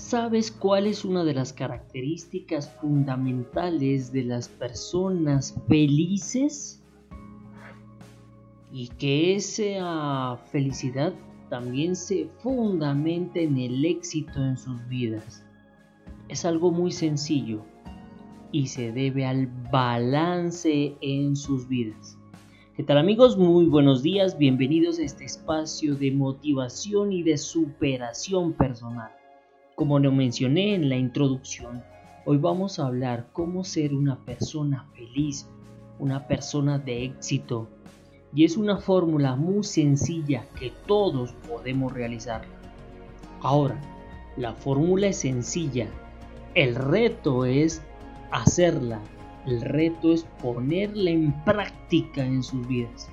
¿Sabes cuál es una de las características fundamentales de las personas felices? Y que esa felicidad también se fundamenta en el éxito en sus vidas. Es algo muy sencillo y se debe al balance en sus vidas. ¿Qué tal, amigos? Muy buenos días, bienvenidos a este espacio de motivación y de superación personal. Como lo mencioné en la introducción, hoy vamos a hablar cómo ser una persona feliz, una persona de éxito. Y es una fórmula muy sencilla que todos podemos realizarla. Ahora, la fórmula es sencilla. El reto es hacerla. El reto es ponerla en práctica en sus vidas.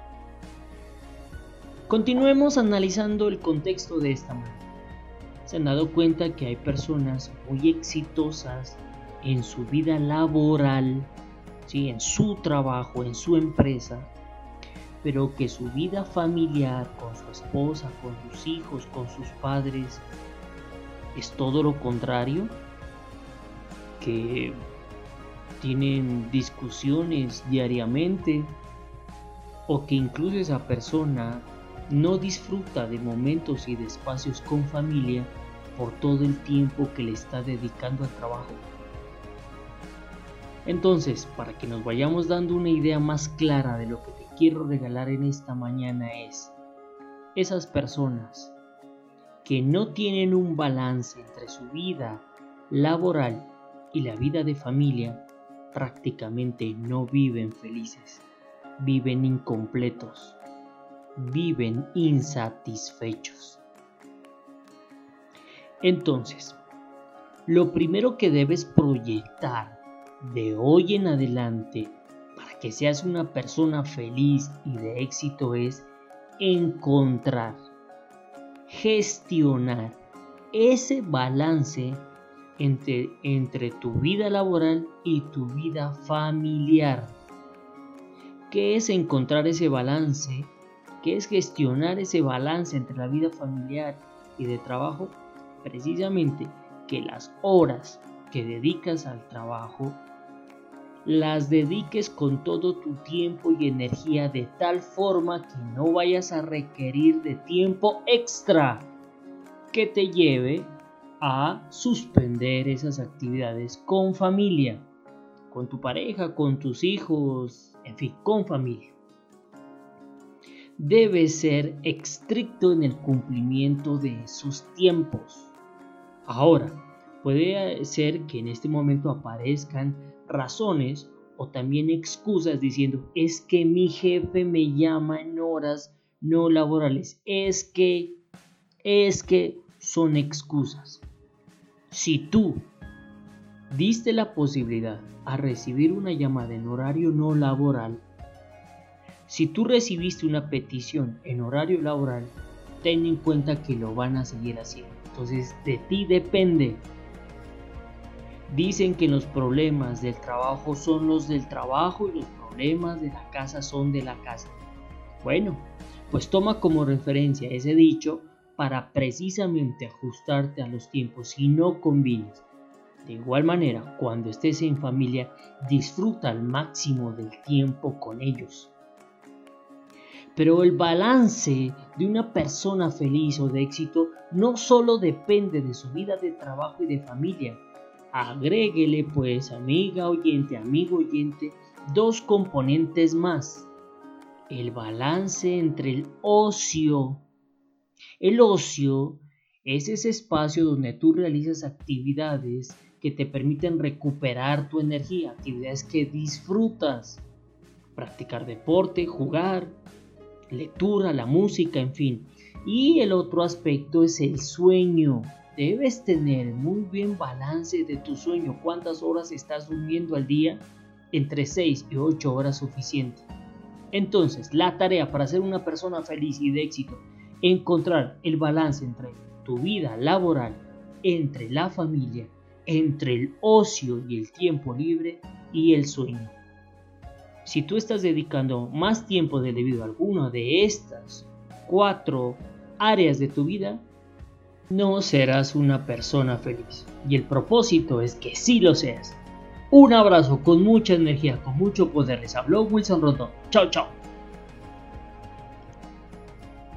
Continuemos analizando el contexto de esta manera. Se han dado cuenta que hay personas muy exitosas en su vida laboral, ¿sí? En su trabajo, en su empresa, pero que su vida familiar, con su esposa, con sus hijos, con sus padres, es todo lo contrario, que tienen discusiones diariamente, o que incluso esa persona no disfruta de momentos y de espacios con familia por todo el tiempo que le está dedicando al trabajo. Entonces, para que nos vayamos dando una idea más clara de lo que te quiero regalar en esta mañana es esas personas que no tienen un balance entre su vida laboral y la vida de familia, prácticamente no viven felices, viven incompletos, viven insatisfechos. Entonces, lo primero que debes proyectar de hoy en adelante para que seas una persona feliz y de éxito es encontrar, gestionar ese balance entre tu vida laboral y tu vida familiar. ¿Qué es encontrar ese balance? ¿Qué es gestionar ese balance entre la vida familiar y de trabajo? Precisamente que las horas que dedicas al trabajo las dediques con todo tu tiempo y energía de tal forma que no vayas a requerir de tiempo extra que te lleve a suspender esas actividades con familia, con tu pareja, con tus hijos, en fin, con familia. Debes ser estricto en el cumplimiento de esos tiempos. Ahora, puede ser que en este momento aparezcan razones o también excusas diciendo es que mi jefe me llama en horas no laborales, es que son excusas. Si tú diste la posibilidad a recibir una llamada en horario no laboral, si tú recibiste una petición en horario laboral, ten en cuenta que lo van a seguir haciendo. Entonces, de ti depende. Dicen que los problemas del trabajo son los del trabajo y los problemas de la casa son de la casa. Bueno, pues toma como referencia ese dicho para precisamente ajustarte a los tiempos y no combines. De igual manera, cuando estés en familia, disfruta al máximo del tiempo con ellos. Pero el balance de una persona feliz o de éxito no solo depende de su vida de trabajo y de familia. Agréguele pues, amiga oyente, amigo oyente, dos componentes más. El balance entre el ocio. El ocio es ese espacio donde tú realizas actividades que te permiten recuperar tu energía, actividades que disfrutas. Practicar deporte, jugar, lectura, la música, en fin. Y el otro aspecto es el sueño. Debes tener muy bien balance de tu sueño. ¿Cuántas horas estás durmiendo al día? Entre 6 y 8 horas suficiente. Entonces, la tarea para ser una persona feliz y de éxito, encontrar el balance entre tu vida laboral, entre la familia, entre el ocio y el tiempo libre y el sueño. Si tú estás dedicando más tiempo del debido a alguna de estas 4 áreas de tu vida, no serás una persona feliz. Y el propósito es que sí lo seas. Un abrazo con mucha energía, con mucho poder. Les habló Wilson Rondón. Chao, chao.